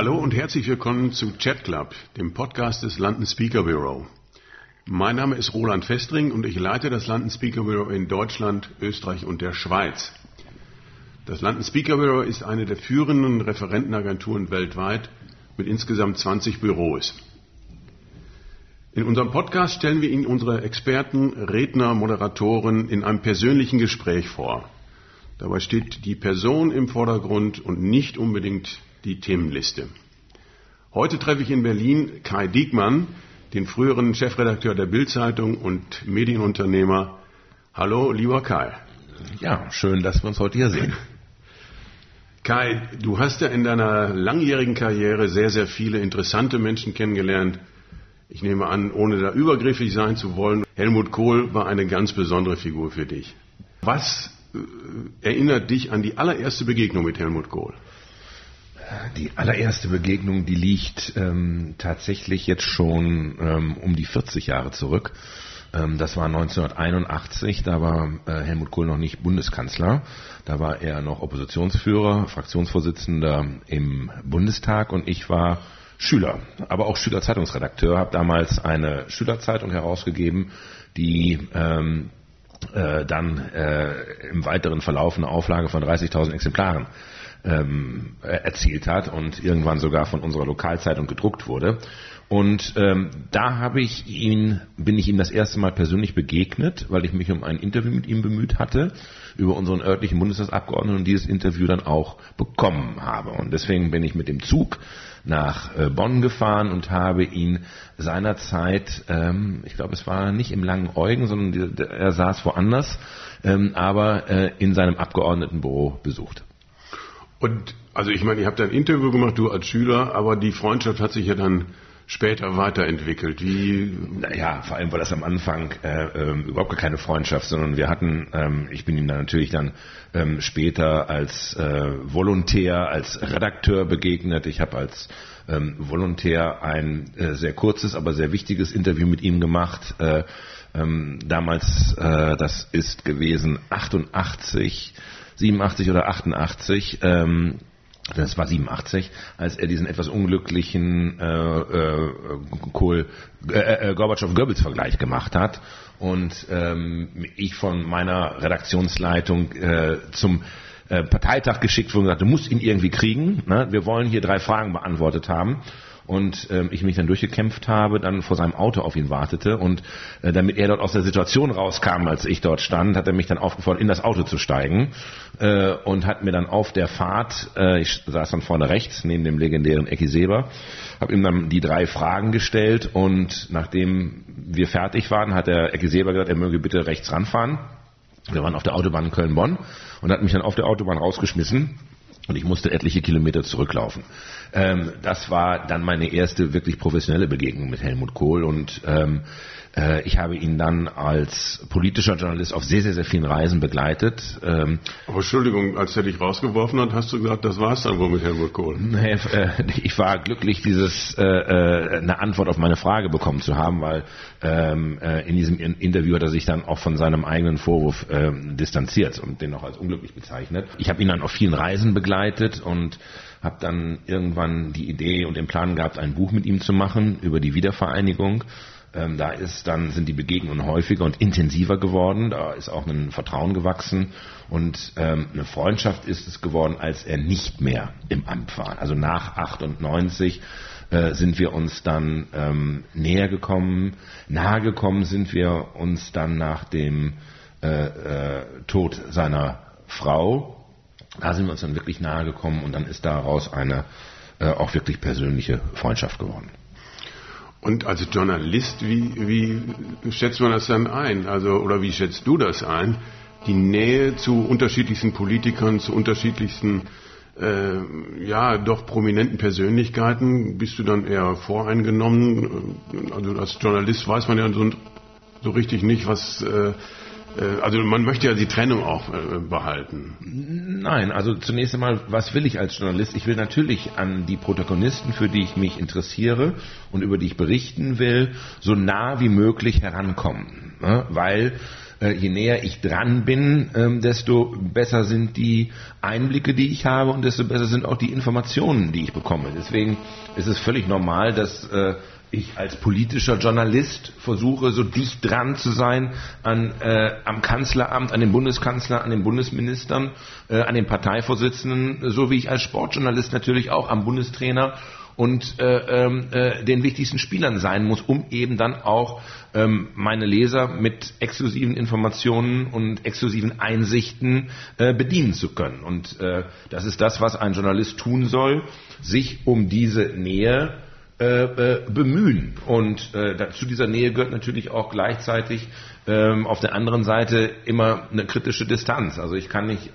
Hallo und herzlich willkommen zu Chat Club, dem Podcast des London Speaker Bureau. Mein Name ist Roland Festring und ich leite das London Speaker Bureau in Deutschland, Österreich und der Schweiz. Das London Speaker Bureau ist eine der führenden Referentenagenturen weltweit mit insgesamt 20 Büros. In unserem Podcast stellen wir Ihnen unsere Experten, Redner, Moderatoren in einem persönlichen Gespräch vor. Dabei steht die Person im Vordergrund und nicht unbedingt die Themenliste. Heute treffe ich in Berlin Kai Diekmann, den früheren Chefredakteur der Bild-Zeitung und Medienunternehmer. Hallo, lieber Kai. Ja, schön, dass wir uns heute hier sehen. Kai, du hast ja in deiner langjährigen Karriere sehr, sehr viele interessante Menschen kennengelernt. Ich nehme an, ohne da übergriffig sein zu wollen, Helmut Kohl war eine ganz besondere Figur für dich. Was erinnert dich an die allererste Begegnung mit Helmut Kohl? Die allererste Begegnung, die liegt tatsächlich jetzt schon um die 40 Jahre zurück. Das war 1981, da war Helmut Kohl noch nicht Bundeskanzler. Da war er noch Oppositionsführer, Fraktionsvorsitzender im Bundestag und ich war Schüler, aber auch Schülerzeitungsredakteur, habe damals eine Schülerzeitung herausgegeben, die dann im weiteren Verlauf eine Auflage von 30.000 Exemplaren erzielt hat und irgendwann sogar von unserer Lokalzeitung gedruckt wurde. Und da bin ich ihm das erste Mal persönlich begegnet, weil ich mich um ein Interview mit ihm bemüht hatte über unseren örtlichen Bundestagsabgeordneten und dieses Interview dann auch bekommen habe. Und deswegen bin ich mit dem Zug nach Bonn gefahren und habe ihn seinerzeit, ich glaube es war nicht im Langen Eugen, sondern er saß woanders, aber in seinem Abgeordnetenbüro besucht. Und also ich meine, ihr habt ein Interview gemacht, du als Schüler, aber die Freundschaft hat sich ja dann später weiterentwickelt. Naja, vor allem war das am Anfang überhaupt gar keine Freundschaft, sondern wir hatten, ich bin ihm dann natürlich dann später als Volontär, als Redakteur begegnet. Ich habe als Volontär ein sehr kurzes, aber sehr wichtiges Interview mit ihm gemacht. Damals, das ist gewesen 87 oder 88, das war 87, als er diesen etwas unglücklichen Gorbatschow-Goebbels-Vergleich gemacht hat und ich von meiner Redaktionsleitung zum Parteitag geschickt wurde und gesagt, du musst ihn irgendwie kriegen, ne? Wir wollen hier 3 Fragen beantwortet haben. Und ich mich dann durchgekämpft habe, dann vor seinem Auto auf ihn wartete und damit er dort aus der Situation rauskam, als ich dort stand, hat er mich dann aufgefordert, in das Auto zu steigen und hat mir dann auf der Fahrt, ich saß dann vorne rechts, neben dem legendären Ecki Seeber, habe ihm dann die 3 Fragen gestellt und nachdem wir fertig waren, hat der Ecki Seeber gesagt, er möge bitte rechts ranfahren. Wir waren auf der Autobahn in Köln-Bonn und hat mich dann auf der Autobahn rausgeschmissen. Und ich musste etliche Kilometer zurücklaufen. Das war dann meine erste wirklich professionelle Begegnung mit Helmut Kohl und ich habe ihn dann als politischer Journalist auf sehr, sehr, sehr vielen Reisen begleitet. Aber Entschuldigung, als er dich rausgeworfen hat, hast du gesagt, das war's dann wohl mit Helmut Kohl? Nee, ich war glücklich, eine Antwort auf meine Frage bekommen zu haben, weil in diesem Interview hat er sich dann auch von seinem eigenen Vorwurf distanziert und den auch als unglücklich bezeichnet. Ich habe ihn dann auf vielen Reisen begleitet und habe dann irgendwann die Idee und den Plan gehabt, ein Buch mit ihm zu machen über die Wiedervereinigung. Sind die Begegnungen häufiger und intensiver geworden, da ist auch ein Vertrauen gewachsen und eine Freundschaft ist es geworden, als er nicht mehr im Amt war. Also nach 98 sind wir uns dann näher gekommen, nahe gekommen sind wir uns dann nach dem Tod seiner Frau. Da sind wir uns dann wirklich nahe gekommen und dann ist daraus eine auch wirklich persönliche Freundschaft geworden. Und als Journalist, wie schätzt man das dann ein? Oder wie schätzt du das ein? Die Nähe zu unterschiedlichsten Politikern, zu unterschiedlichsten, doch prominenten Persönlichkeiten. Bist du dann eher voreingenommen? Also als Journalist weiß man ja so richtig nicht, was Also man möchte ja die Trennung auch behalten. Nein, also zunächst einmal, was will ich als Journalist? Ich will natürlich an die Protagonisten, für die ich mich interessiere und über die ich berichten will, so nah wie möglich herankommen. ne? Weil je näher ich dran bin, desto besser sind die Einblicke, die ich habe und desto besser sind auch die Informationen, die ich bekomme. Deswegen ist es völlig normal, dass ich als politischer Journalist versuche, so dicht dran zu sein am Kanzleramt, an dem Bundeskanzler, an den Bundesministern, an den Parteivorsitzenden, so wie ich als Sportjournalist natürlich auch am Bundestrainer und den wichtigsten Spielern sein muss, um eben dann auch meine Leser mit exklusiven Informationen und exklusiven Einsichten bedienen zu können. Und das ist das, was ein Journalist tun soll, sich um diese Nähe bemühen. Und zu dieser Nähe gehört natürlich auch gleichzeitig auf der anderen Seite immer eine kritische Distanz. Also ich kann nicht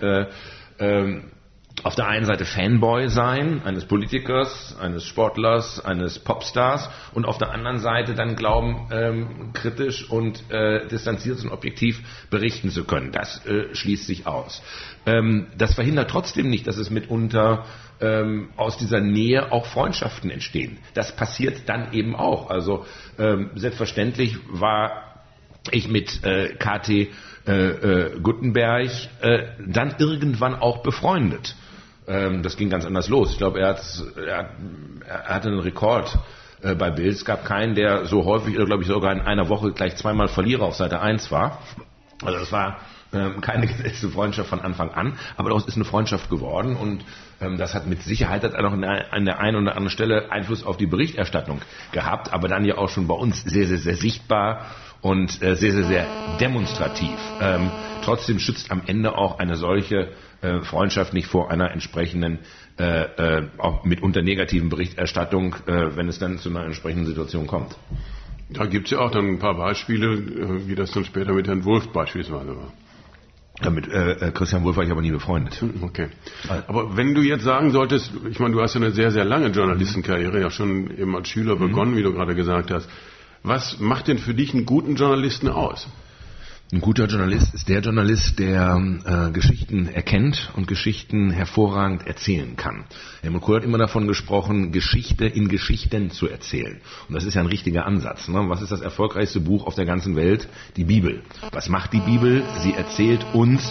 auf der einen Seite Fanboy sein, eines Politikers, eines Sportlers, eines Popstars und auf der anderen Seite dann glauben, kritisch und distanziert und objektiv berichten zu können. Das schließt sich aus. Das verhindert trotzdem nicht, dass es mitunter aus dieser Nähe auch Freundschaften entstehen. Das passiert dann eben auch. Also selbstverständlich war ich mit KT Guttenberg dann irgendwann auch befreundet. Das ging ganz anders los. Ich glaube, er hatte einen Rekord bei Bild. Es gab keinen, der so häufig, oder glaube ich sogar in einer Woche gleich zweimal Verlierer auf Seite 1 war. Also das war keine gesetzte Freundschaft von Anfang an, aber daraus ist eine Freundschaft geworden und das hat mit Sicherheit auch an der einen oder anderen Stelle Einfluss auf die Berichterstattung gehabt, aber dann ja auch schon bei uns sehr, sehr, sehr sichtbar und sehr, sehr, sehr demonstrativ. Trotzdem schützt am Ende auch eine solche Freundschaft nicht vor einer entsprechenden, auch mitunter negativen Berichterstattung, wenn es dann zu einer entsprechenden Situation kommt. Da gibt es ja auch dann ein paar Beispiele, wie das dann später mit Herrn Wulff beispielsweise war. Mit Christian Wulff war ich aber nie befreundet. Okay. Aber wenn du jetzt sagen solltest, ich meine, du hast ja eine sehr, sehr lange Journalistenkarriere, ja schon eben als Schüler begonnen, wie du gerade gesagt hast. Was macht denn für dich einen guten Journalisten aus? Ein guter Journalist ist der Journalist, der Geschichten erkennt und Geschichten hervorragend erzählen kann. Helmut Kohl hat immer davon gesprochen, Geschichte in Geschichten zu erzählen. Und das ist ja ein richtiger Ansatz. Ne? Was ist das erfolgreichste Buch auf der ganzen Welt? Die Bibel. Was macht die Bibel? Sie erzählt uns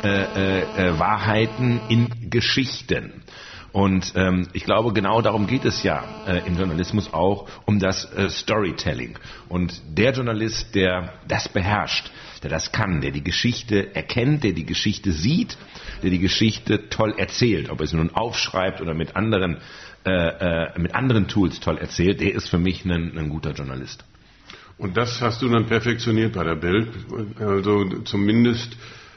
Wahrheiten in Geschichten. Und ich glaube, genau darum geht es ja im Journalismus auch, um das Storytelling. Und der Journalist, der das beherrscht, der das kann, der die Geschichte erkennt, der die Geschichte sieht, der die Geschichte toll erzählt, ob er sie nun aufschreibt oder mit anderen Tools toll erzählt, der ist für mich ein guter Journalist. Und das hast du dann perfektioniert bei der Bild, also zumindest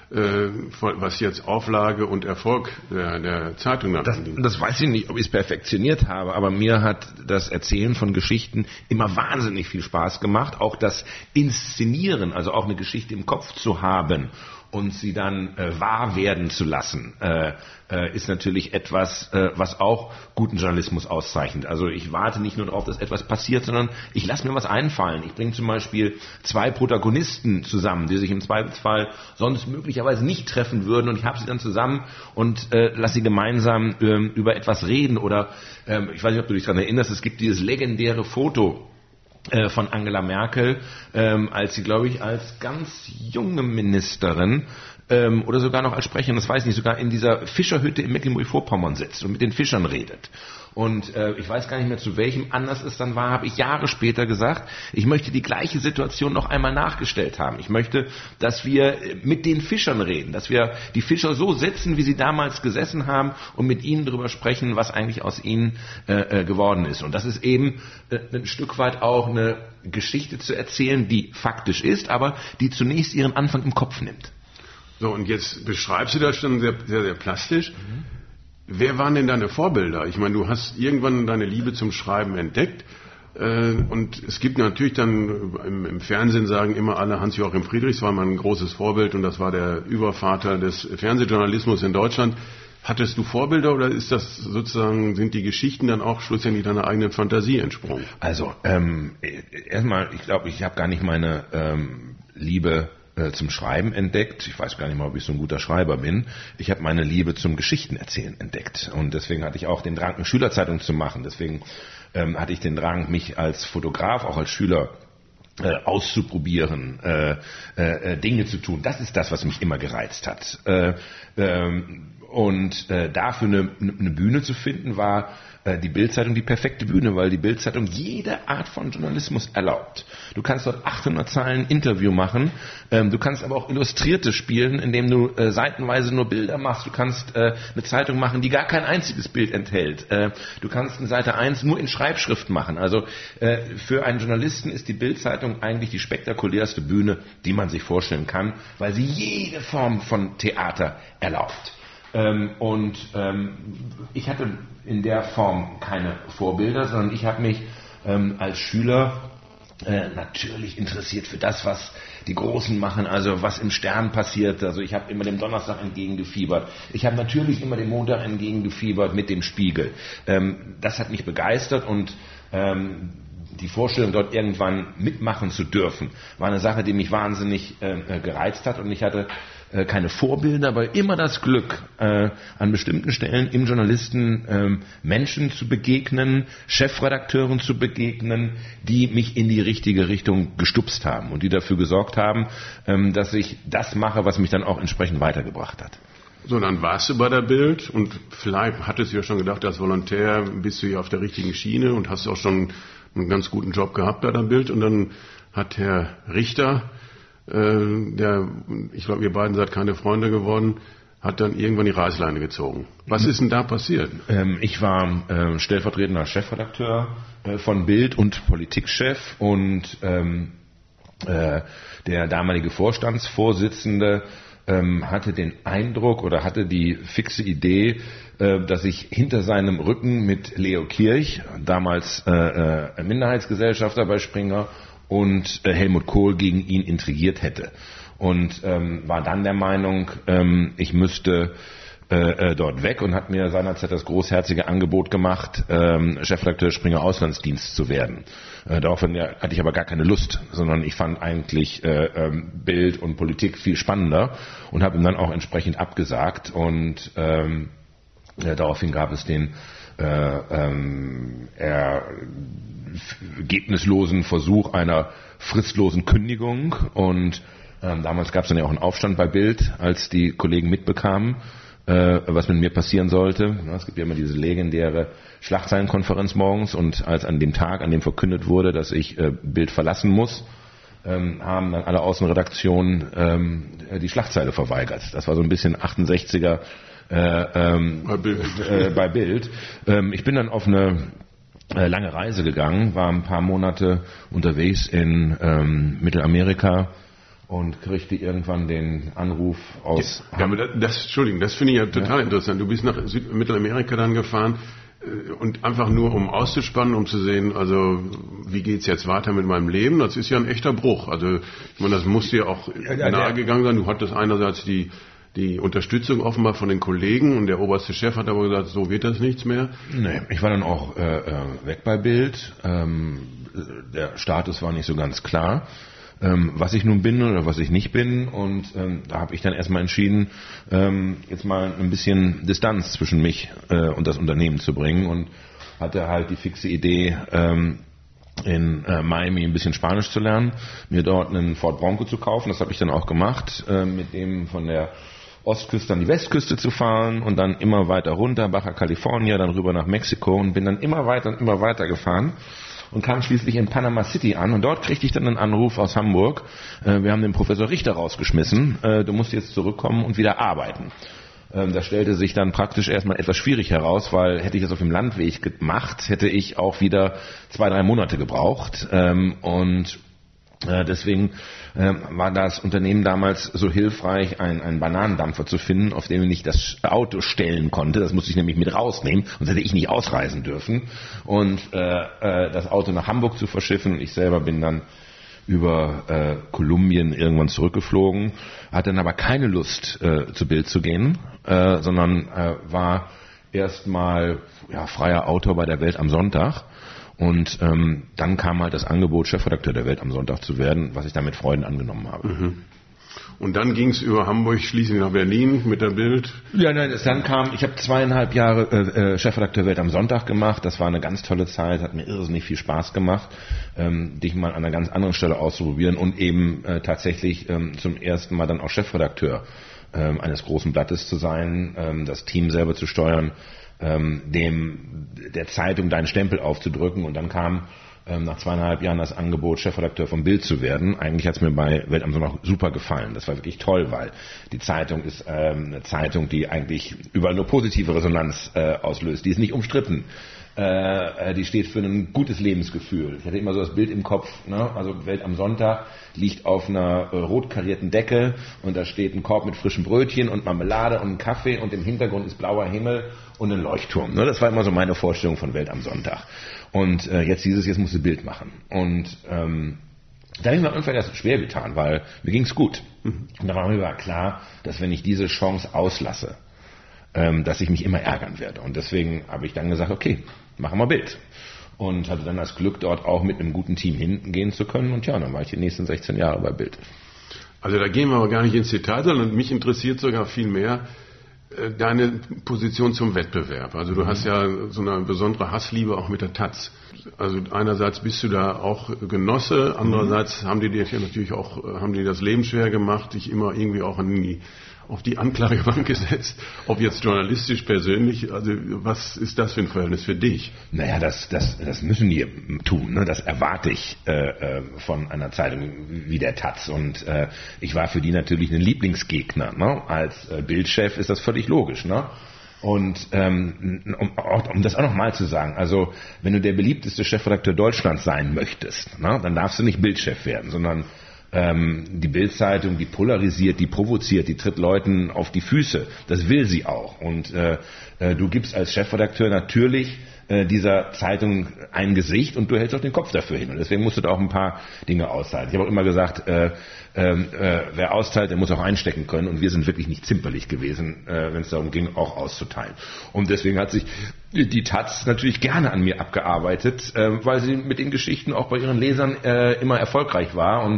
was jetzt Auflage und Erfolg der Zeitung angeht. Das weiß ich nicht, ob ich es perfektioniert habe, aber mir hat das Erzählen von Geschichten immer wahnsinnig viel Spaß gemacht. Auch das Inszenieren, also auch eine Geschichte im Kopf zu haben und sie dann wahr werden zu lassen, ist natürlich etwas, was auch guten Journalismus auszeichnet. Also ich warte nicht nur darauf, dass etwas passiert, sondern ich lasse mir was einfallen. Ich bringe zum Beispiel zwei Protagonisten zusammen, die sich im Zweifelsfall sonst möglicherweise nicht treffen würden, und ich habe sie dann zusammen und lasse sie gemeinsam über etwas reden. Oder ich weiß nicht, ob du dich daran erinnerst, es gibt dieses legendäre Foto von Angela Merkel, als sie, glaube ich, als ganz junge Ministerin oder sogar noch als Sprecherin, das weiß ich nicht, sogar in dieser Fischerhütte in Mecklenburg-Vorpommern sitzt und mit den Fischern redet. Und ich weiß gar nicht mehr, zu welchem Anlass es dann war, habe ich Jahre später gesagt, ich möchte die gleiche Situation noch einmal nachgestellt haben. Ich möchte, dass wir mit den Fischern reden, dass wir die Fischer so setzen, wie sie damals gesessen haben, und mit ihnen darüber sprechen, was eigentlich aus ihnen geworden ist. Und das ist eben ein Stück weit auch eine Geschichte zu erzählen, die faktisch ist, aber die zunächst ihren Anfang im Kopf nimmt. So, und jetzt beschreibst du das schon sehr, sehr, sehr plastisch. Wer waren denn deine Vorbilder? Ich meine, du hast irgendwann deine Liebe zum Schreiben entdeckt. Und es gibt natürlich dann im Fernsehen, sagen immer alle, Hans-Joachim Friedrichs war mal ein großes Vorbild und das war der Übervater des Fernsehjournalismus in Deutschland. Hattest du Vorbilder oder ist das sozusagen, sind die Geschichten dann auch schlussendlich deiner eigenen Fantasie entsprungen? Also erstmal, ich glaube, ich habe gar nicht meine Liebe zum Schreiben entdeckt. Ich weiß gar nicht mal, ob ich so ein guter Schreiber bin. Ich habe meine Liebe zum Geschichtenerzählen entdeckt. Und deswegen hatte ich auch den Drang, eine Schülerzeitung zu machen. Deswegen hatte ich den Drang, mich als Fotograf, auch als Schüler, auszuprobieren, Dinge zu tun. Das ist das, was mich immer gereizt hat. Und dafür eine Bühne zu finden, war die Bild-Zeitung die perfekte Bühne, weil die Bild-Zeitung jede Art von Journalismus erlaubt. Du kannst dort 800 Zeilen Interview machen, du kannst aber auch Illustrierte spielen, indem du seitenweise nur Bilder machst. Du kannst eine Zeitung machen, die gar kein einziges Bild enthält. Du kannst eine Seite 1 nur in Schreibschrift machen. Also für einen Journalisten ist die Bild-Zeitung eigentlich die spektakulärste Bühne, die man sich vorstellen kann, weil sie jede Form von Theater erlaubt. Ich hatte in der Form keine Vorbilder, sondern ich habe mich als Schüler natürlich interessiert für das, was die Großen machen, also was im Stern passiert. Also ich habe immer dem Donnerstag entgegengefiebert. Ich habe natürlich immer dem Montag entgegengefiebert mit dem Spiegel. Das hat mich begeistert und die Vorstellung, dort irgendwann mitmachen zu dürfen, war eine Sache, die mich wahnsinnig gereizt hat, und ich hatte keine Vorbilder, aber immer das Glück, an bestimmten Stellen im Journalisten Menschen zu begegnen, Chefredakteuren zu begegnen, die mich in die richtige Richtung gestupst haben und die dafür gesorgt haben, dass ich das mache, was mich dann auch entsprechend weitergebracht hat. So, dann warst du bei der Bild und vielleicht hattest du ja schon gedacht, als Volontär bist du ja auf der richtigen Schiene und hast auch schon einen ganz guten Job gehabt bei der Bild, und dann hat Herr Richter, ich glaube, ihr beiden seid keine Freunde geworden, hat dann irgendwann die Reißleine gezogen. Was ist denn da passiert? Ich war stellvertretender Chefredakteur von Bild und Politikchef, und der damalige Vorstandsvorsitzende hatte den Eindruck oder hatte die fixe Idee, dass ich hinter seinem Rücken mit Leo Kirch, damals Minderheitsgesellschafter bei Springer, und Helmut Kohl gegen ihn intrigiert hätte. Und war dann der Meinung, ich müsste dort weg, und hat mir seinerzeit das großherzige Angebot gemacht, Chefredakteur Springer Auslandsdienst zu werden. Daraufhin hatte ich aber gar keine Lust, sondern ich fand eigentlich Bild und Politik viel spannender und habe ihm dann auch entsprechend abgesagt, und daraufhin gab es den ergebnislosen Versuch einer fristlosen Kündigung, und damals gab es dann ja auch einen Aufstand bei Bild, als die Kollegen mitbekamen, was mit mir passieren sollte. Es gibt ja immer diese legendäre Schlagzeilenkonferenz morgens, und als an dem Tag, an dem verkündet wurde, dass ich Bild verlassen muss, haben dann alle Außenredaktionen die Schlagzeile verweigert. Das war so ein bisschen 68er bei Bild. Ich bin dann auf eine lange Reise gegangen, war ein paar Monate unterwegs in Mittelamerika und kriegte irgendwann den Anruf aus... Ja, aber das finde ich ja total interessant. Du bist nach Mittelamerika dann gefahren und einfach nur, um auszuspannen, um zu sehen, also wie geht's jetzt weiter mit meinem Leben? Das ist ja ein echter Bruch. Also ich meine, das muss dir auch nahegegangen sein. Du hattest einerseits die Unterstützung offenbar von den Kollegen, und der oberste Chef hat aber gesagt, so wird das nichts mehr. Nee, ich war dann auch weg bei Bild. Der Status war nicht so ganz klar, was ich nun bin oder was ich nicht bin, und da habe ich dann erstmal entschieden, jetzt mal ein bisschen Distanz zwischen mich und das Unternehmen zu bringen, und hatte halt die fixe Idee, in Miami ein bisschen Spanisch zu lernen, mir dort einen Ford Bronco zu kaufen. Das habe ich dann auch gemacht, mit dem von der Ostküste an die Westküste zu fahren und dann immer weiter runter, Baja California, dann rüber nach Mexiko, und bin dann immer weiter gefahren und kam schließlich in Panama City an, und dort kriegte ich dann einen Anruf aus Hamburg, wir haben den Professor Richter rausgeschmissen, du musst jetzt zurückkommen und wieder arbeiten. Das stellte sich dann praktisch erstmal etwas schwierig heraus, weil hätte ich das auf dem Landweg gemacht, hätte ich auch wieder 2-3 Monate gebraucht, und deswegen war das Unternehmen damals so hilfreich, einen Bananendampfer zu finden, auf dem ich das Auto stellen konnte. Das musste ich nämlich mit rausnehmen, sonst hätte ich nicht ausreisen dürfen. Und das Auto nach Hamburg zu verschiffen. Und ich selber bin dann über Kolumbien irgendwann zurückgeflogen, hatte dann aber keine Lust, zu Bild zu gehen, sondern war erstmal freier Autor bei der Welt am Sonntag. Und dann kam halt das Angebot, Chefredakteur der Welt am Sonntag zu werden, was ich dann mit Freuden angenommen habe. Mhm. Und dann ging es über Hamburg schließlich nach Berlin mit der Bild. Ja, nein, dann kam, ich habe 2,5 Jahre Chefredakteur Welt am Sonntag gemacht. Das war eine ganz tolle Zeit, hat mir irrsinnig viel Spaß gemacht, dich mal an einer ganz anderen Stelle auszuprobieren und eben tatsächlich zum ersten Mal dann auch Chefredakteur eines großen Blattes zu sein, das Team selber zu steuern, der Zeitung deinen Stempel aufzudrücken. Und dann kam nach 2,5 Jahren das Angebot, Chefredakteur von Bild zu werden. Eigentlich hat es mir bei Welt am Sonntag super gefallen. Das war wirklich toll, weil die Zeitung ist eine Zeitung, die eigentlich überall nur positive Resonanz auslöst. Die ist nicht umstritten. Die steht für ein gutes Lebensgefühl. Ich hatte immer so das Bild im Kopf, ne? Also Welt am Sonntag liegt auf einer rot karierten Decke und da steht ein Korb mit frischen Brötchen und Marmelade und ein Kaffee und im Hintergrund ist blauer Himmel und ein Leuchtturm. Ne? Das war immer so meine Vorstellung von Welt am Sonntag. Und jetzt musst du Bild machen. Und da habe ich mir am Anfang erst schwer getan, weil mir ging's gut. Und da war mir klar, dass wenn ich diese Chance auslasse, dass ich mich immer ärgern werde. Und deswegen habe ich dann gesagt, okay, machen wir Bild. Und hatte dann das Glück, dort auch mit einem guten Team hingehen zu können. Und ja, dann war ich die nächsten 16 Jahre bei Bild. Also da gehen wir aber gar nicht ins Detail, sondern mich interessiert sogar viel mehr deine Position zum Wettbewerb. Also du hast ja so eine besondere Hassliebe auch mit der Taz. Also einerseits bist du da auch Genosse, andererseits haben die dir ja natürlich auch, haben die das Leben schwer gemacht, dich immer irgendwie auch auf die Anklagebank gesetzt, ob jetzt journalistisch, persönlich, also was ist das für ein Verhältnis für dich? Naja, das müssen die tun, ne? Das erwarte ich von einer Zeitung wie der Taz und ich war für die natürlich ein Lieblingsgegner, ne? Als Bildchef ist das völlig logisch, ne? Und um das auch nochmal zu sagen, also wenn du der beliebteste Chefredakteur Deutschlands sein möchtest, ne, dann darfst du nicht Bildchef werden, sondern die Bild-Zeitung, die polarisiert, die provoziert, die tritt Leuten auf die Füße. Das will sie auch. Und du gibst als Chefredakteur natürlich dieser Zeitung ein Gesicht und du hältst auch den Kopf dafür hin. Und deswegen musst du da auch ein paar Dinge aushalten. Ich habe auch immer gesagt, wer austeilt, der muss auch einstecken können. Und wir sind wirklich nicht zimperlich gewesen, wenn es darum ging, auch auszuteilen. Und deswegen hat sich die Taz natürlich gerne an mir abgearbeitet, weil sie mit den Geschichten auch bei ihren Lesern immer erfolgreich war. Und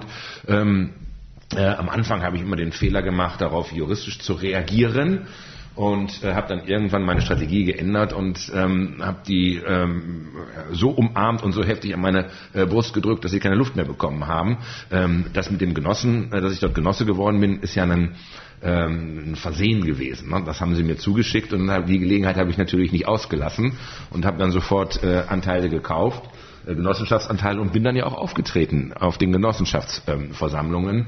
am Anfang habe ich immer den Fehler gemacht, darauf juristisch zu reagieren. Und habe dann irgendwann meine Strategie geändert und habe die so umarmt und so heftig an meine Brust gedrückt, dass sie keine Luft mehr bekommen haben. Das mit dem Genossen, dass ich dort Genosse geworden bin, ist ja ein Versehen gewesen. Ne? Das haben sie mir zugeschickt und die Gelegenheit habe ich natürlich nicht ausgelassen und habe dann sofort Anteile gekauft, Genossenschaftsanteile, und bin dann ja auch aufgetreten auf den Genossenschaftsversammlungen.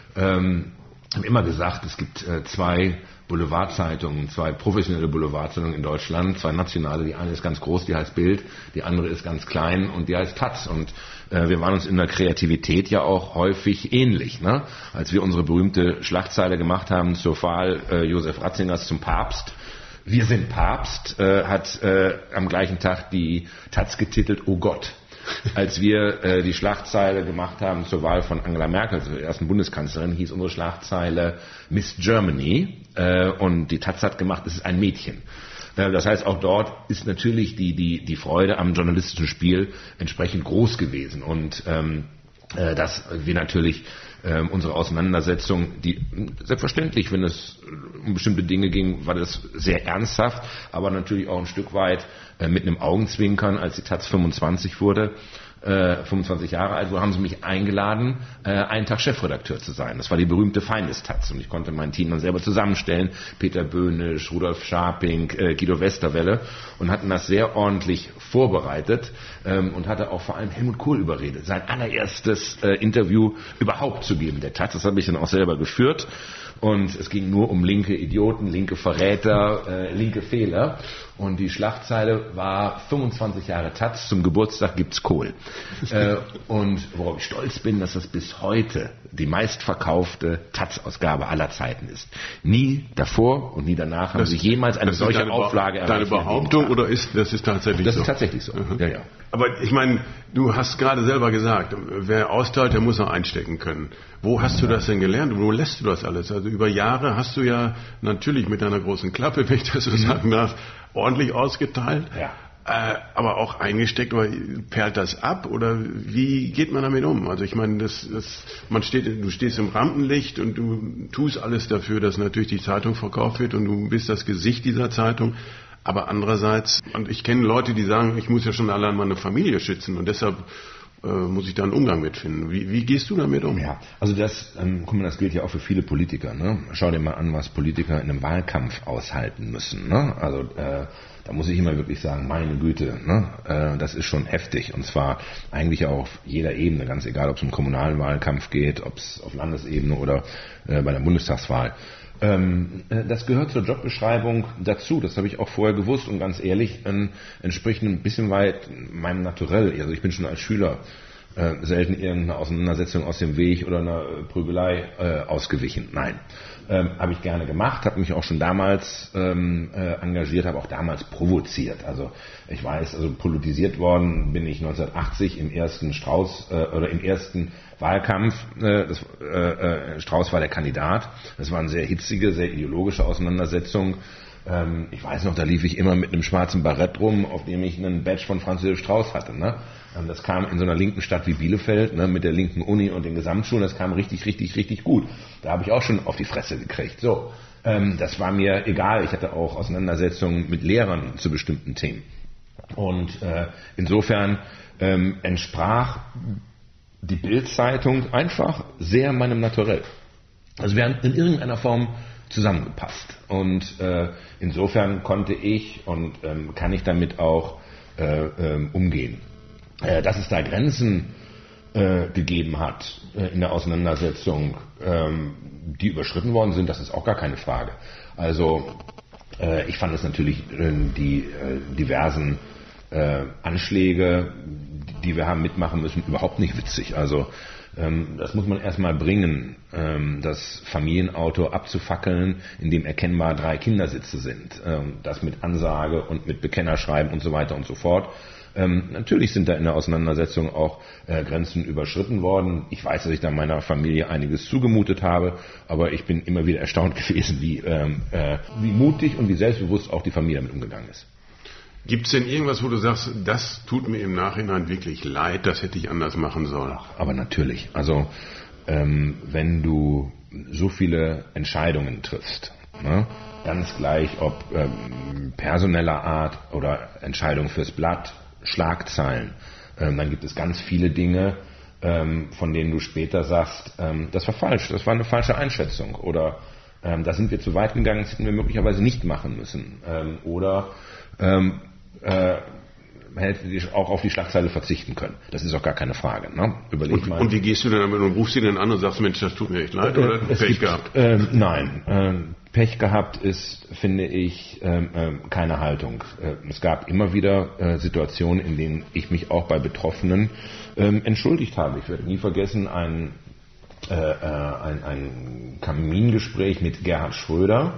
Habe immer gesagt, es gibt zwei Boulevardzeitungen, zwei professionelle Boulevardzeitungen in Deutschland, zwei nationale. Die eine ist ganz groß, die heißt Bild, die andere ist ganz klein und die heißt Taz. Und wir waren uns in der Kreativität ja auch häufig ähnlich. Ne? Als wir unsere berühmte Schlagzeile gemacht haben zur Wahl Josef Ratzingers zum Papst, wir sind Papst, hat am gleichen Tag die Taz getitelt, oh Gott. Als wir die Schlagzeile gemacht haben zur Wahl von Angela Merkel, zur ersten Bundeskanzlerin, hieß unsere Schlagzeile Miss Germany und die Taz hat gemacht, es ist ein Mädchen. Das heißt, auch dort ist natürlich die Freude am journalistischen Spiel entsprechend groß gewesen und dass wir natürlich unsere Auseinandersetzung, die selbstverständlich, wenn es um bestimmte Dinge ging, war das sehr ernsthaft, aber natürlich auch ein Stück weit mit einem Augenzwinkern, als die Taz 25 wurde, 25 Jahre alt, wo haben sie mich eingeladen, einen Tag Chefredakteur zu sein. Das war die berühmte Feindestaz und ich konnte mein Team dann selber zusammenstellen. Peter Böhnisch, Rudolf Scharping, Guido Westerwelle und hatten das sehr ordentlich vorbereitet und hatte auch vor allem Helmut Kohl überredet, sein allererstes Interview überhaupt zu geben, der Taz. Das habe ich dann auch selber geführt. Und es ging nur um linke Idioten, linke Verräter, linke Fehler. Und die Schlagzeile war 25 Jahre Taz, zum Geburtstag gibt's Kohl. Und worauf ich stolz bin, dass das bis heute die meistverkaufte Taz-Ausgabe aller Zeiten ist. Nie davor und nie danach haben sie jemals eine solche Auflage erreicht. Deine Behauptung oder ist das tatsächlich so? Das ist tatsächlich so, ja, ja. Aber ich meine, du hast gerade selber gesagt, wer austeilt, der muss auch einstecken können. Wo hast du das denn gelernt? Wo lässt du das alles? Also über Jahre hast du ja natürlich mit deiner großen Klappe, wenn ich das so sagen darf, ordentlich ausgeteilt. Ja. aber auch eingesteckt, oder perlt das ab oder wie geht man damit um? Also ich meine, du stehst im Rampenlicht und du tust alles dafür, dass natürlich die Zeitung verkauft wird und du bist das Gesicht dieser Zeitung. Aber andererseits, und ich kenne Leute, die sagen, ich muss ja schon allein meine Familie schützen und deshalb muss ich da einen Umgang mitfinden. Wie gehst du damit um? Ja, also guck mal, das gilt ja auch für viele Politiker. Ne? Schau dir mal an, was Politiker in einem Wahlkampf aushalten müssen. Ne? Also da muss ich immer wirklich sagen, meine Güte, ne? Das ist schon heftig. Und zwar eigentlich auch auf jeder Ebene, ganz egal, ob es um kommunalen Wahlkampf geht, ob es auf Landesebene oder bei der Bundestagswahl. Das gehört zur Jobbeschreibung dazu, das habe ich auch vorher gewusst und ganz ehrlich, entspricht ein bisschen weit meinem Naturell. Also ich bin schon als Schüler selten irgendeine Auseinandersetzung aus dem Weg oder einer Prügelei ausgewichen. Nein, habe ich gerne gemacht, habe mich auch schon damals engagiert, habe auch damals provoziert. Also ich weiß, also politisiert worden bin ich 1980 im ersten Wahlkampf. Strauß war der Kandidat. Das war eine sehr hitzige, sehr ideologische Auseinandersetzung. Ich weiß noch, da lief ich immer mit einem schwarzen Barett rum, auf dem ich einen Badge von Franz Josef Strauß hatte. Ne? Das kam in so einer linken Stadt wie Bielefeld, ne, mit der linken Uni und den Gesamtschulen, das kam richtig, richtig, richtig gut. Da habe ich auch schon auf die Fresse gekriegt. So, das war mir egal. Ich hatte auch Auseinandersetzungen mit Lehrern zu bestimmten Themen. Und insofern entsprach die Bild-Zeitung einfach sehr meinem Naturell. Also wir haben in irgendeiner Form zusammengepasst. Und insofern konnte ich und kann ich damit auch umgehen. Dass es da Grenzen gegeben hat in der Auseinandersetzung, die überschritten worden sind, das ist auch gar keine Frage. Also ich fand es natürlich die diversen Anschläge, die wir haben mitmachen müssen, überhaupt nicht witzig. Also das muss man erstmal bringen, das Familienauto abzufackeln, in dem erkennbar 3 Kindersitze sind. Das mit Ansage und mit Bekennerschreiben und so weiter und so fort. Natürlich sind da in der Auseinandersetzung auch Grenzen überschritten worden. Ich weiß, dass ich da meiner Familie einiges zugemutet habe, aber ich bin immer wieder erstaunt gewesen, wie mutig und wie selbstbewusst auch die Familie damit umgegangen ist. Gibt es denn irgendwas, wo du sagst, das tut mir im Nachhinein wirklich leid, das hätte ich anders machen sollen? Aber natürlich. Also wenn du so viele Entscheidungen triffst, ne, ganz gleich ob personeller Art oder Entscheidungen fürs Blatt, Schlagzeilen, dann gibt es ganz viele Dinge, von denen du später sagst, das war falsch, das war eine falsche Einschätzung oder da sind wir zu weit gegangen, das hätten wir möglicherweise nicht machen müssen oder hätte auch auf die Schlagzeile verzichten können. Das ist auch gar keine Frage. Ne? Überleg mal. Und wie gehst du denn damit und rufst du den an und sagst, Mensch, das tut mir echt leid oder Pech gehabt? Nein, Pech gehabt ist, finde ich, keine Haltung. Es gab immer wieder Situationen, in denen ich mich auch bei Betroffenen entschuldigt habe. Ich werde nie vergessen, ein Kamingespräch mit Gerhard Schröder,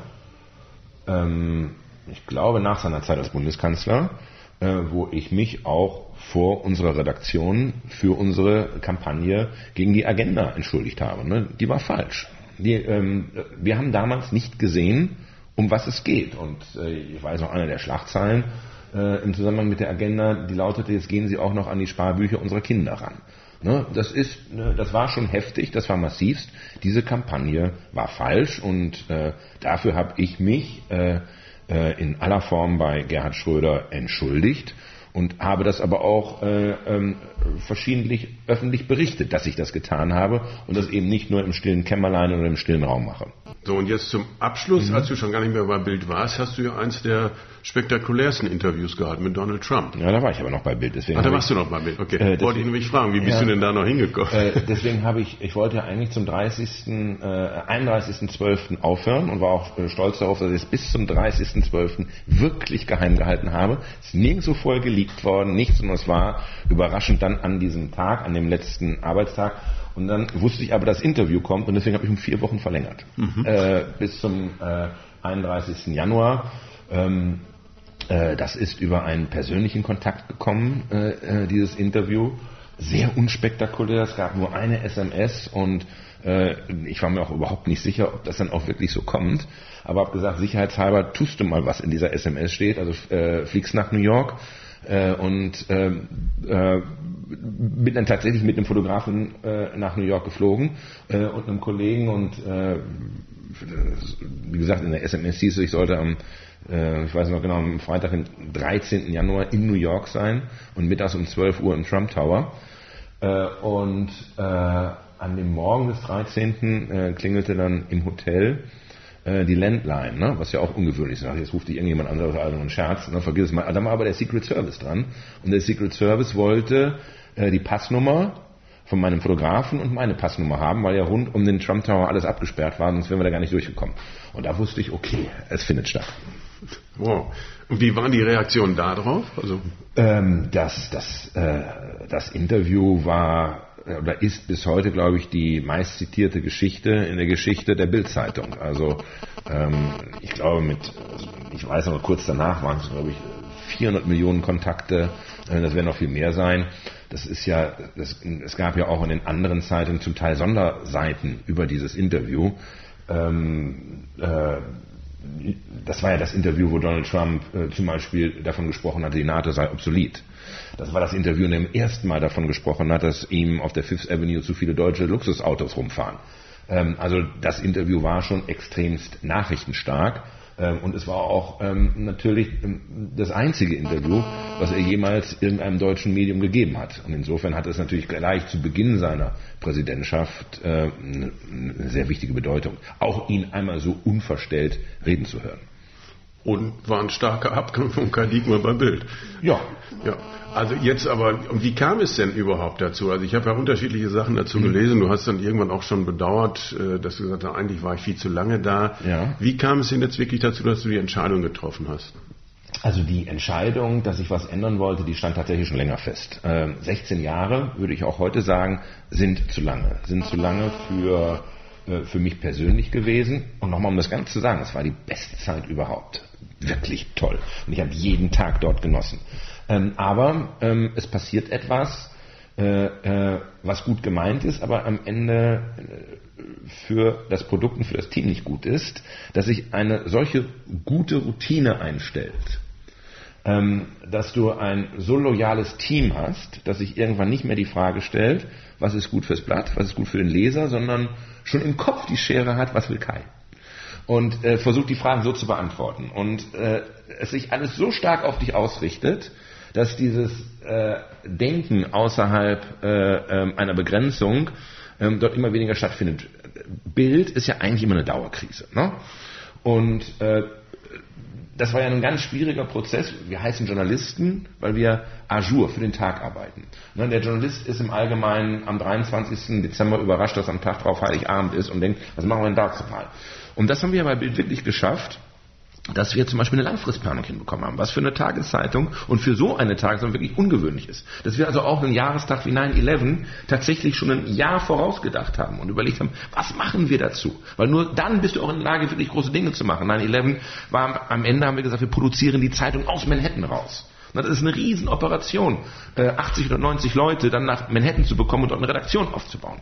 ich glaube nach seiner Zeit als Bundeskanzler, wo ich mich auch vor unserer Redaktion für unsere Kampagne gegen die Agenda entschuldigt habe. Ne? Die war falsch. Wir haben damals nicht gesehen, um was es geht. Und ich weiß noch, eine der Schlagzeilen im Zusammenhang mit der Agenda, die lautete, jetzt gehen Sie auch noch an die Sparbücher unserer Kinder ran. Ne? Das war schon heftig, das war massivst. Diese Kampagne war falsch und dafür habe ich mich in aller Form bei Gerhard Schröder entschuldigt und habe das aber auch verschiedentlich öffentlich berichtet, dass ich das getan habe und das eben nicht nur im stillen Kämmerlein oder im stillen Raum mache. So, und jetzt zum Abschluss, als du schon gar nicht mehr bei Bild warst, hast du ja eins der spektakulärsten Interviews gehabt mit Donald Trump. Ja, da war ich aber noch bei Bild. Deswegen da warst du noch bei Bild, okay. Wollte ich nämlich fragen, wie bist du denn da noch hingekommen? Deswegen ich wollte ja eigentlich zum 31.12. aufhören und war auch stolz darauf, dass ich es bis zum 30.12. wirklich geheim gehalten habe. Es ist nirgendwo vorher geleakt worden, nichts, sondern es war überraschend dann an diesem Tag, an dem letzten Arbeitstag. Und dann wusste ich aber, das Interview kommt und deswegen habe ich um 4 Wochen verlängert. Bis zum 31. Januar. Das ist über einen persönlichen Kontakt gekommen, dieses Interview. Sehr unspektakulär, es gab nur eine SMS und ich war mir auch überhaupt nicht sicher, ob das dann auch wirklich so kommt. Aber habe gesagt, sicherheitshalber tust du mal, was in dieser SMS steht. Also fliegst nach New York, und bin dann tatsächlich mit einem Fotografen nach New York geflogen und einem Kollegen und wie gesagt, in der SMS hieß es, ich sollte ich weiß noch genau, am Freitag, den 13. Januar in New York sein und mittags um 12 Uhr im Trump Tower. Und an dem Morgen des 13. Klingelte dann im Hotel die Landline, ne? Was ja auch ungewöhnlich ist. Jetzt ruft die irgendjemand an, also ein Scherz, ne? Vergiss es mal. Da war aber der Secret Service dran. Und der Secret Service wollte die Passnummer von meinem Fotografen und meine Passnummer haben, weil ja rund um den Trump Tower alles abgesperrt war, sonst wären wir da gar nicht durchgekommen. Und da wusste ich, okay, es findet statt. Wow. Und wie waren die Reaktionen darauf? Also das Interview war oder ist bis heute, glaube ich, die meistzitierte Geschichte in der Geschichte der Bild-Zeitung. Also ich glaube ich weiß noch, kurz danach waren es, glaube ich, 400 Millionen Kontakte, das werden noch viel mehr sein. Das ist ja, es gab ja auch in den anderen Zeitungen zum Teil Sonderseiten über dieses Interview. Das war ja das Interview, wo Donald Trump zum Beispiel davon gesprochen hatte, die NATO sei obsolet. Das war das Interview, in dem er ersten Mal davon gesprochen hat, dass ihm auf der Fifth Avenue zu viele deutsche Luxusautos rumfahren. Also das Interview war schon extremst nachrichtenstark. Und es war auch natürlich das einzige Interview, was er jemals irgendeinem deutschen Medium gegeben hat. Und insofern hat es natürlich gleich zu Beginn seiner Präsidentschaft eine sehr wichtige Bedeutung, auch ihn einmal so unverstellt reden zu hören. Und war ein starker Abgang vom Paradigma bei Bild. Ja. Ja. Also jetzt aber, wie kam es denn überhaupt dazu? Also ich habe ja unterschiedliche Sachen dazu gelesen. Du hast dann irgendwann auch schon bedauert, dass du gesagt hast, eigentlich war ich viel zu lange da. Ja. Wie kam es denn jetzt wirklich dazu, dass du die Entscheidung getroffen hast? Also die Entscheidung, dass ich was ändern wollte, die stand tatsächlich schon länger fest. 16 Jahre, würde ich auch heute sagen, sind zu lange. Sind zu lange für mich persönlich gewesen. Und nochmal, um das Ganze zu sagen, es war die beste Zeit überhaupt. Wirklich toll. Und ich habe jeden Tag dort genossen. Aber es passiert etwas, was gut gemeint ist, aber am Ende für das Produkt und für das Team nicht gut ist, dass sich eine solche gute Routine einstellt, dass du ein so loyales Team hast, dass sich irgendwann nicht mehr die Frage stellt, was ist gut fürs Blatt, was ist gut für den Leser, sondern schon im Kopf die Schere hat, was will Kai. Und versucht die Fragen so zu beantworten. Und es sich alles so stark auf dich ausrichtet, dass dieses Denken außerhalb einer Begrenzung dort immer weniger stattfindet. Bild ist ja eigentlich immer eine Dauerkrise. Ne? Und das war ja ein ganz schwieriger Prozess. Wir heißen Journalisten, weil wir à jour für den Tag arbeiten. Ne? Der Journalist ist im Allgemeinen am 23. Dezember überrascht, dass am Tag drauf Heiligabend ist und denkt, was machen wir denn dazu mal? Und das haben wir bei Bild wirklich geschafft, dass wir zum Beispiel eine Langfristplanung hinbekommen haben, was für eine Tageszeitung und für so eine Tageszeitung wirklich ungewöhnlich ist. Dass wir also auch einen Jahrestag wie 9/11 tatsächlich schon ein Jahr vorausgedacht haben und überlegt haben, was machen wir dazu? Weil nur dann bist du auch in der Lage, wirklich große Dinge zu machen. 9/11 war am Ende, haben wir gesagt, wir produzieren die Zeitung aus Manhattan raus. Das ist eine Riesenoperation, 80 oder 90 Leute dann nach Manhattan zu bekommen und dort eine Redaktion aufzubauen.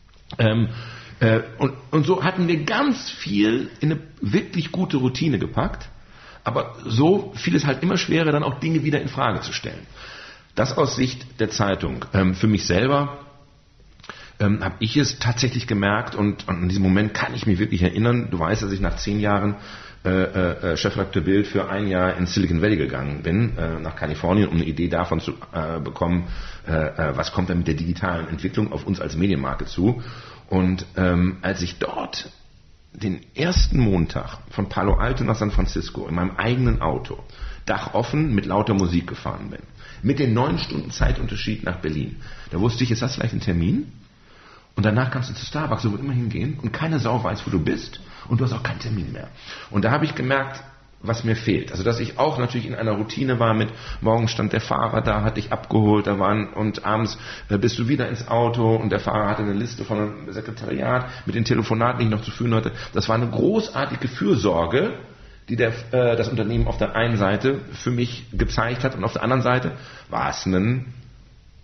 Und so hatten wir ganz viel in eine wirklich gute Routine gepackt, aber so fiel es halt immer schwerer, dann auch Dinge wieder in Frage zu stellen. Das aus Sicht der Zeitung. Für mich selber habe ich es tatsächlich gemerkt und an diesem Moment kann ich mich wirklich erinnern. Du weißt, dass ich nach 10 Jahren Chefredakteur Bild für ein Jahr in Silicon Valley gegangen bin, nach Kalifornien, um eine Idee davon zu bekommen, was kommt denn mit der digitalen Entwicklung auf uns als Medienmarke zu. Und als ich dort den ersten Montag von Palo Alto nach San Francisco in meinem eigenen Auto, Dach offen, mit lauter Musik gefahren bin, mit den 9 Stunden Zeitunterschied nach Berlin, da wusste ich, ist das vielleicht ein Termin? Und danach kannst du zu Starbucks, so wo immer hingehen und keine Sau weiß, wo du bist und du hast auch keinen Termin mehr. Und da habe ich gemerkt, was mir fehlt. Also dass ich auch natürlich in einer Routine war mit, morgen stand der Fahrer da, hat dich abgeholt, und abends bist du wieder ins Auto und der Fahrer hatte eine Liste von einem Sekretariat mit den Telefonaten, die ich noch zu führen hatte. Das war eine großartige Fürsorge, die das Unternehmen auf der einen Seite für mich gezeigt hat und auf der anderen Seite war es ein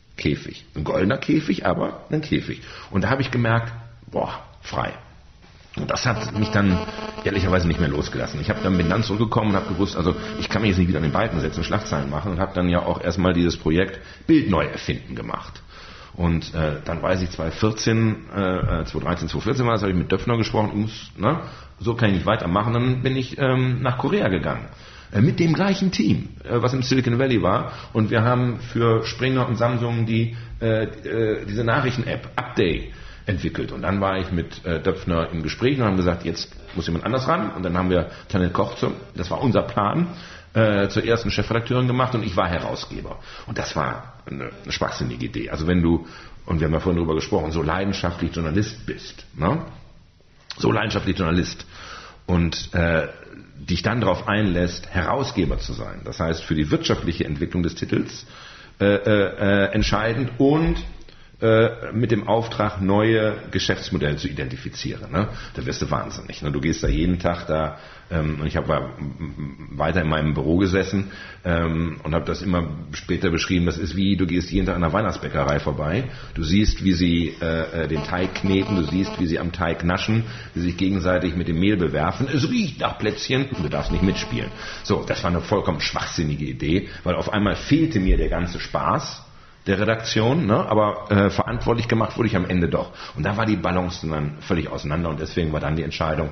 Käfig. Ein goldener Käfig, aber ein Käfig. Und da habe ich gemerkt, frei. Und das hat mich dann ehrlicherweise nicht mehr losgelassen. Bin dann zurückgekommen und habe gewusst, also ich kann mich jetzt nicht wieder an den Balken setzen, Schlagzeilen machen und habe dann ja auch erstmal dieses Projekt Bild neu erfinden gemacht. Und dann weiß ich 2013, 2014 war das, habe ich mit Döpfner gesprochen, so kann ich nicht weitermachen, dann bin ich nach Korea gegangen. Mit dem gleichen Team, was im Silicon Valley war. Und wir haben für Springer und Samsung diese Nachrichten-App Update entwickelt. Und dann war ich mit Döpfner im Gespräch und haben gesagt, jetzt muss jemand anders ran. Und dann haben wir Tanit Koch, das war unser Plan, zur ersten Chefredakteurin gemacht und ich war Herausgeber. Und das war eine schwachsinnige Idee. Also wenn du, und wir haben ja vorhin darüber gesprochen, so leidenschaftlich Journalist bist, ne? So leidenschaftlich Journalist und dich dann darauf einlässt, Herausgeber zu sein. Das heißt, für die wirtschaftliche Entwicklung des Titels entscheidend und mit dem Auftrag, neue Geschäftsmodelle zu identifizieren. Ne? Da wirst du wahnsinnig. Ne? Du gehst da jeden Tag da, und ich habe weiter in meinem Büro gesessen und habe das immer später beschrieben, das ist wie, du gehst jeden Tag an einer Weihnachtsbäckerei vorbei, du siehst, wie sie den Teig kneten, du siehst, wie sie am Teig naschen, wie sie sich gegenseitig mit dem Mehl bewerfen, es riecht nach Plätzchen und du darfst nicht mitspielen. So, das war eine vollkommen schwachsinnige Idee, weil auf einmal fehlte mir der ganze Spaß der Redaktion, ne? Aber verantwortlich gemacht wurde ich am Ende doch. Und da war die Balance dann völlig auseinander und deswegen war dann die Entscheidung,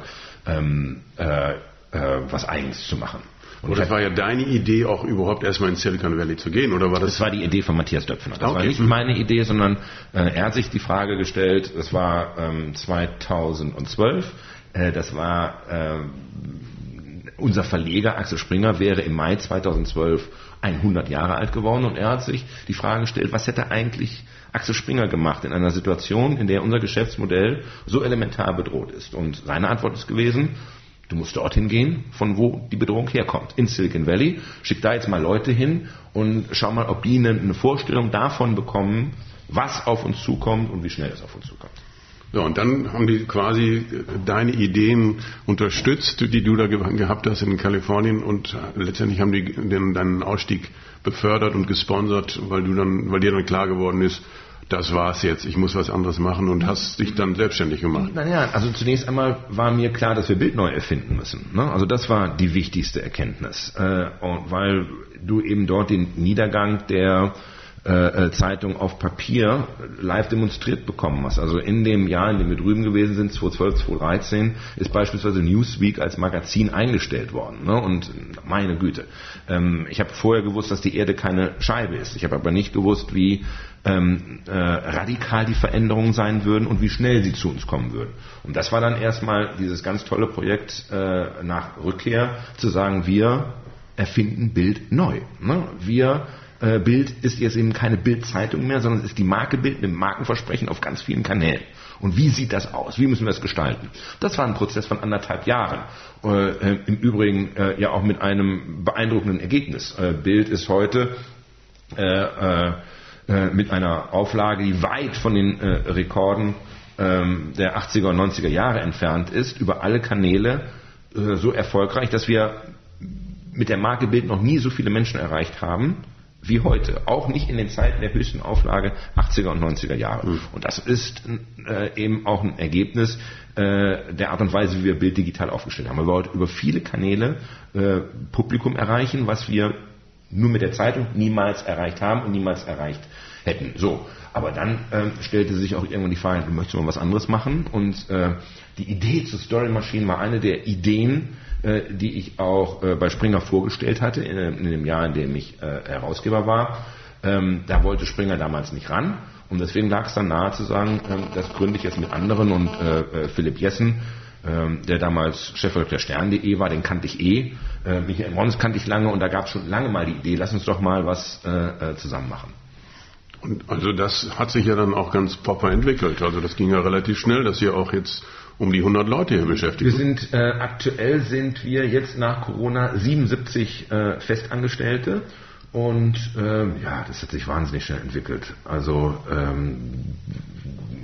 was Eigenes zu machen. Und das war ja deine Idee, auch überhaupt erstmal in Silicon Valley zu gehen, oder war das? Das war die Idee von Matthias Döpfner. Das war nicht meine Idee, sondern er hat sich die Frage gestellt, das war 2012, das war unser Verleger Axel Springer wäre im Mai 2012 100 Jahre alt geworden und er hat sich die Frage gestellt, was hätte eigentlich Axel Springer gemacht in einer Situation, in der unser Geschäftsmodell so elementar bedroht ist. Und seine Antwort ist gewesen, du musst dorthin gehen, von wo die Bedrohung herkommt. In Silicon Valley, schick da jetzt mal Leute hin und schau mal, ob die eine Vorstellung davon bekommen, was auf uns zukommt und wie schnell es auf uns zukommt. Ja, und dann haben die quasi deine Ideen unterstützt, die du da gehabt hast in Kalifornien und letztendlich haben die deinen Ausstieg befördert und gesponsert, weil dir dann klar geworden ist, das war's jetzt, ich muss was anderes machen und hast dich dann selbstständig gemacht. Naja, also zunächst einmal war mir klar, dass wir Bild neu erfinden müssen. Ne? Also das war die wichtigste Erkenntnis, weil du eben dort den Niedergang der Zeitung auf Papier live demonstriert bekommen hast. Also in dem Jahr, in dem wir drüben gewesen sind, 2012, 2013, ist beispielsweise Newsweek als Magazin eingestellt worden. Ne? Und meine Güte, ich habe vorher gewusst, dass die Erde keine Scheibe ist. Ich habe aber nicht gewusst, wie radikal die Veränderungen sein würden und wie schnell sie zu uns kommen würden. Und das war dann erstmal dieses ganz tolle Projekt nach Rückkehr, zu sagen, wir erfinden Bild neu. Ne? Bild ist jetzt eben keine Bild-Zeitung mehr, sondern es ist die Marke Bild mit Markenversprechen auf ganz vielen Kanälen. Und wie sieht das aus? Wie müssen wir es gestalten? Das war ein Prozess von 1,5 Jahren. Im Übrigen ja auch mit einem beeindruckenden Ergebnis. Bild ist heute mit einer Auflage, die weit von den Rekorden der 80er und 90er Jahre entfernt ist, über alle Kanäle so erfolgreich, dass wir mit der Marke Bild noch nie so viele Menschen erreicht haben wie heute. Auch nicht in den Zeiten der höchsten Auflage 80er und 90er Jahre. Und das ist eben auch ein Ergebnis der Art und Weise, wie wir Bild digital aufgestellt haben. Wir wollen über viele Kanäle Publikum erreichen, was wir nur mit der Zeitung niemals erreicht haben und niemals erreicht hätten. So, aber dann stellte sich auch irgendwann die Frage, du möchtest mal was anderes machen. Und die Idee zur Story Machine war eine der Ideen, die ich auch bei Springer vorgestellt hatte, in dem Jahr, in dem ich Herausgeber war. Da wollte Springer damals nicht ran und deswegen lag es dann nahe zu sagen, das gründe ich jetzt mit anderen und Philipp Jessen, der damals Chefredakteur Stern.de war, den kannte ich Michael Mons kannte ich lange und da gab es schon lange mal die Idee, lass uns doch mal was zusammen machen. Und also das hat sich ja dann auch ganz proper entwickelt, also das ging ja relativ schnell, dass ihr auch jetzt um die 100 Leute hier beschäftigt. Aktuell sind wir jetzt nach Corona 77 Festangestellte und das hat sich wahnsinnig schnell entwickelt. Also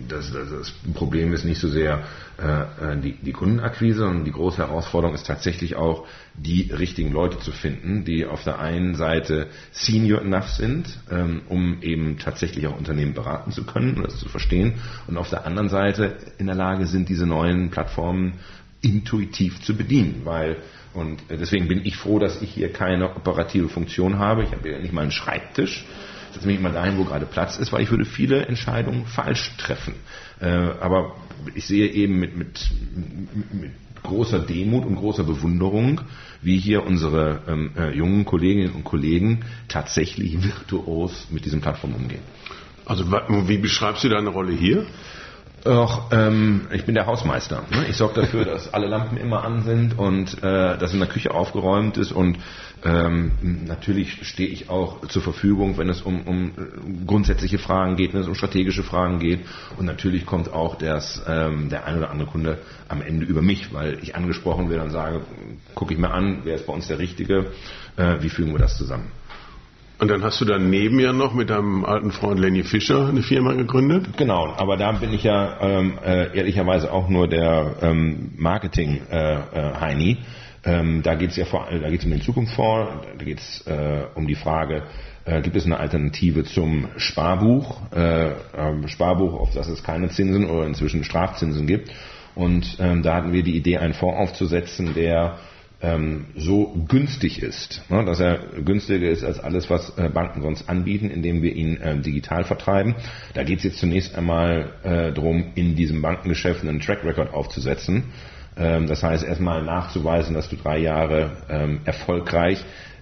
das Problem ist nicht so sehr die Kundenakquise, sondern die große Herausforderung ist tatsächlich auch, die richtigen Leute zu finden, die auf der einen Seite senior enough sind, um eben tatsächlich auch Unternehmen beraten zu können und das zu verstehen, und auf der anderen Seite in der Lage sind, diese neuen Plattformen intuitiv zu bedienen, und deswegen bin ich froh, dass ich hier keine operative Funktion habe. Ich habe hier nicht mal einen Schreibtisch. Ich setze mich immer dahin, wo gerade Platz ist, weil ich würde viele Entscheidungen falsch treffen. Aber ich sehe eben mit großer Demut und großer Bewunderung, wie hier unsere jungen Kolleginnen und Kollegen tatsächlich virtuos mit diesen Plattformen umgehen. Also wie beschreibst du deine Rolle hier? Ich bin der Hausmeister. Ne? Ich sorge dafür, dass alle Lampen immer an sind und dass in der Küche aufgeräumt ist, und natürlich stehe ich auch zur Verfügung, wenn es um grundsätzliche Fragen geht, wenn es um strategische Fragen geht, und natürlich kommt auch der ein oder andere Kunde am Ende über mich, weil ich angesprochen werde und sage, gucke ich mir an, wer ist bei uns der Richtige, wie fügen wir das zusammen. Und dann hast du daneben ja noch mit deinem alten Freund Lenny Fischer eine Firma gegründet? Genau, aber da bin ich ja ehrlicherweise auch nur der Marketing-Heini. Da geht es um den Zukunftsfonds, da geht es um die Frage, gibt es eine Alternative zum Sparbuch, auf das es keine Zinsen oder inzwischen Strafzinsen gibt. Und da hatten wir die Idee, einen Fonds aufzusetzen, der so günstig ist, ne, dass er günstiger ist als alles, was Banken sonst anbieten, indem wir ihn digital vertreiben. Da geht es jetzt zunächst einmal darum, in diesem Bankengeschäft einen Track Record aufzusetzen. Das heißt, erstmal nachzuweisen, dass du 3 Jahre erfolgreich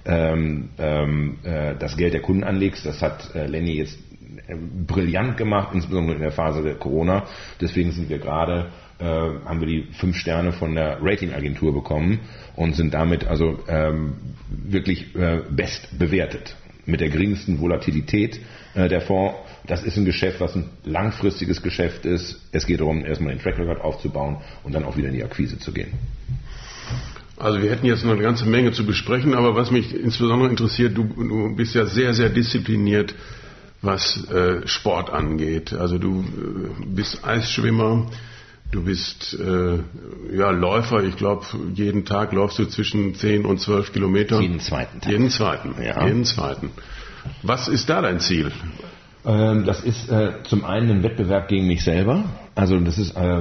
das Geld der Kunden anlegst. Das hat Lenny jetzt brillant gemacht, insbesondere in der Phase der Corona. Deswegen sind wir haben wir die 5 Sterne von der Ratingagentur bekommen und sind damit also wirklich best bewertet. Mit der geringsten Volatilität der Fonds. Das ist ein Geschäft, was ein langfristiges Geschäft ist. Es geht darum, erstmal den Track Record aufzubauen und dann auch wieder in die Akquise zu gehen. Also wir hätten jetzt noch eine ganze Menge zu besprechen, aber was mich insbesondere interessiert, du bist ja sehr, sehr diszipliniert, was Sport angeht. Also du bist Eisschwimmer, du bist Läufer. Ich glaube, jeden Tag läufst du zwischen 10 und 12 Kilometer. Jeden zweiten Tag. Jeden zweiten. Was ist da dein Ziel? Das ist zum einen ein Wettbewerb gegen mich selber. Also das ist der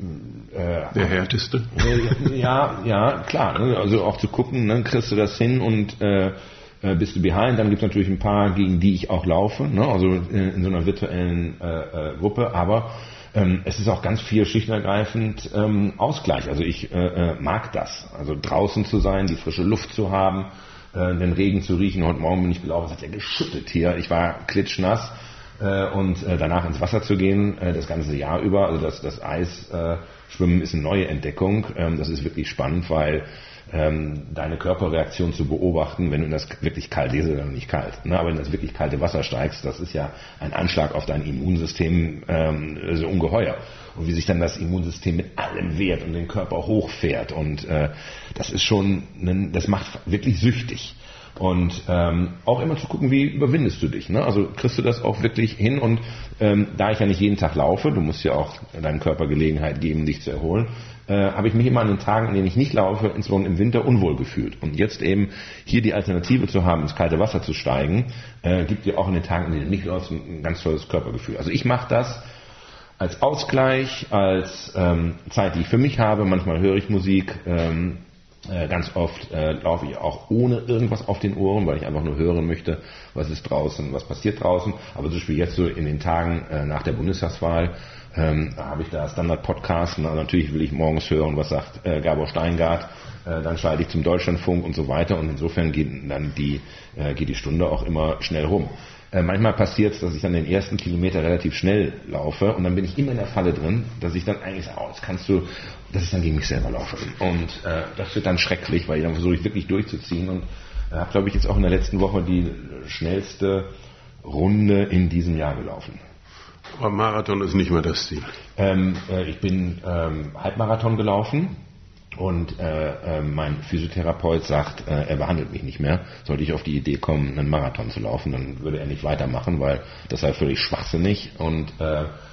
härteste? Ja, klar. Ne? Also auch zu gucken, ne? Kriegst du das hin und bist du behind. Dann gibt es natürlich ein paar, gegen die ich auch laufe. Ne? Also in so einer virtuellen Gruppe. Aber es ist auch ganz viel schlicht und ergreifend Ausgleich. Also ich mag das. Also draußen zu sein, die frische Luft zu haben, den Regen zu riechen. Heute Morgen bin ich gelaufen, es hat ja geschüttet hier. Ich war klitschnass und danach ins Wasser zu gehen, das ganze Jahr über. Also das Eisschwimmen ist eine neue Entdeckung. Das ist wirklich spannend, weil deine Körperreaktion zu beobachten, wenn du in das wirklich kalt, ist dann nicht kalt, ne? Aber wenn du in das wirklich kalte Wasser steigst, das ist ja ein Anschlag auf dein Immunsystem, so ungeheuer. Und wie sich dann das Immunsystem mit allem wehrt und den Körper hochfährt, und das ist schon, das macht wirklich süchtig. Und auch immer zu gucken, wie überwindest du dich, ne? Also kriegst du das auch wirklich hin, und da ich ja nicht jeden Tag laufe, du musst ja auch deinem Körper Gelegenheit geben, dich zu erholen, habe ich mich immer an den Tagen, in denen ich nicht laufe, insbesondere im Winter, unwohl gefühlt. Und jetzt eben hier die Alternative zu haben, ins kalte Wasser zu steigen, gibt dir auch in den Tagen, in denen du nicht läufst, ein ganz tolles Körpergefühl. Also ich mache das als Ausgleich, als Zeit, die ich für mich habe. Manchmal höre ich Musik. Ganz oft laufe ich auch ohne irgendwas auf den Ohren, weil ich einfach nur hören möchte, was ist draußen, was passiert draußen. Aber zum Beispiel jetzt so in den Tagen nach der Bundestagswahl habe ich da Standard-Podcast. Also natürlich will ich morgens hören, was sagt Gabor Steingart. Dann schalte ich zum Deutschlandfunk und so weiter. Und insofern geht die Stunde auch immer schnell rum. Manchmal passiert es, dass ich dann den ersten Kilometer relativ schnell laufe, und dann bin ich immer in der Falle drin, dass ich dann eigentlich sage, dass ich dann gegen mich selber laufe. Und das wird dann schrecklich, weil dann versuche ich wirklich durchzuziehen, und habe, glaube ich, jetzt auch in der letzten Woche die schnellste Runde in diesem Jahr gelaufen. Aber Marathon ist nicht mehr das Ziel. Ich bin Halbmarathon gelaufen. Und mein Physiotherapeut sagt, er behandelt mich nicht mehr. Sollte ich auf die Idee kommen, einen Marathon zu laufen, dann würde er nicht weitermachen, weil das sei völlig schwachsinnig. Und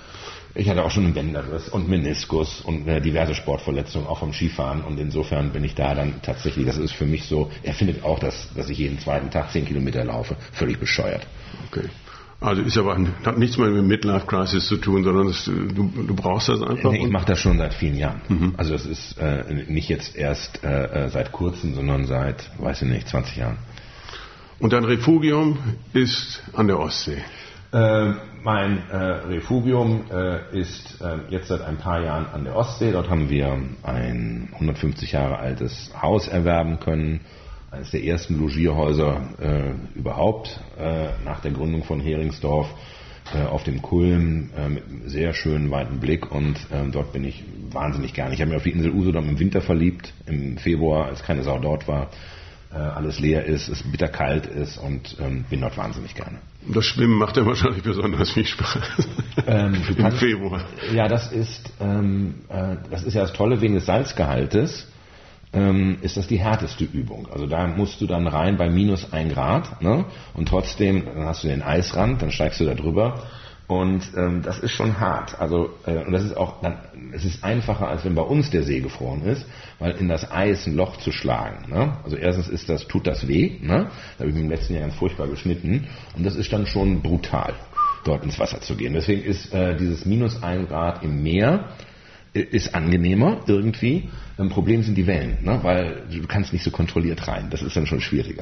Ich hatte auch schon einen Bänderriss und Meniskus und diverse Sportverletzungen, auch vom Skifahren. Und insofern bin ich da dann tatsächlich, das ist für mich so, er findet auch, dass ich jeden zweiten Tag 10 Kilometer laufe. Völlig bescheuert. Okay. Also ist aber hat nichts mehr mit Midlife Crisis zu tun, sondern du brauchst das einfach. Nee, ich mache das schon seit vielen Jahren. Also das ist nicht jetzt erst seit kurzem, sondern seit, 20 Jahren. Und dein Refugium ist an der Ostsee? Mein Refugium ist jetzt seit ein paar Jahren an der Ostsee. Dort haben wir ein 150 Jahre altes Haus erwerben können. Eines der ersten Logierhäuser überhaupt nach der Gründung von Heringsdorf auf dem Kulm mit einem sehr schönen weiten Blick und dort bin ich wahnsinnig gerne. Ich habe mich auf die Insel Usedom im Winter verliebt, im Februar, als keine Sau dort war, alles leer ist, es bitterkalt ist und bin dort wahnsinnig gerne. Das Schwimmen macht ja wahrscheinlich besonders viel Spaß im Februar. Ja, das ist ja das Tolle wegen des Salzgehaltes. Ist das die härteste Übung. Also da musst du dann rein bei minus 1 Grad, ne? Und trotzdem, dann hast du den Eisrand, dann steigst du da drüber und das ist schon hart. Also und das ist auch dann, es ist einfacher, als wenn bei uns der See gefroren ist, weil in das Eis ein Loch zu schlagen. Ne? Also erstens tut das weh, ne? Da habe ich mich im letzten Jahr ganz furchtbar geschnitten und das ist dann schon brutal, dort ins Wasser zu gehen. Deswegen ist dieses minus 1 Grad im Meer ist angenehmer irgendwie. Ein Problem sind die Wellen, ne? Weil du kannst nicht so kontrolliert rein. Das ist dann schon schwieriger.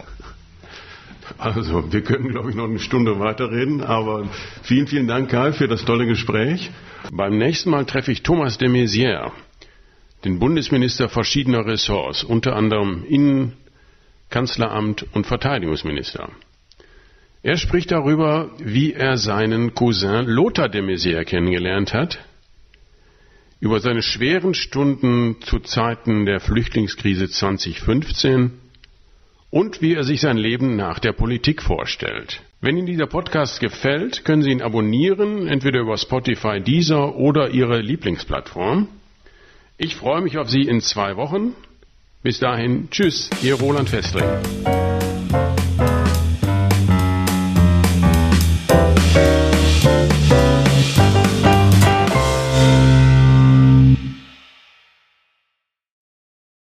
Also, wir können, glaube ich, noch eine Stunde weiterreden, aber vielen, vielen Dank, Karl, für das tolle Gespräch. Beim nächsten Mal treffe ich Thomas de Maizière, den Bundesminister verschiedener Ressorts, unter anderem Innen-, Kanzleramt und Verteidigungsminister. Er spricht darüber, wie er seinen Cousin Lothar de Maizière kennengelernt hat, über seine schweren Stunden zu Zeiten der Flüchtlingskrise 2015 und wie er sich sein Leben nach der Politik vorstellt. Wenn Ihnen dieser Podcast gefällt, können Sie ihn abonnieren, entweder über Spotify, Deezer oder Ihre Lieblingsplattform. Ich freue mich auf Sie in 2 Wochen. Bis dahin, tschüss, Ihr Roland Vestring.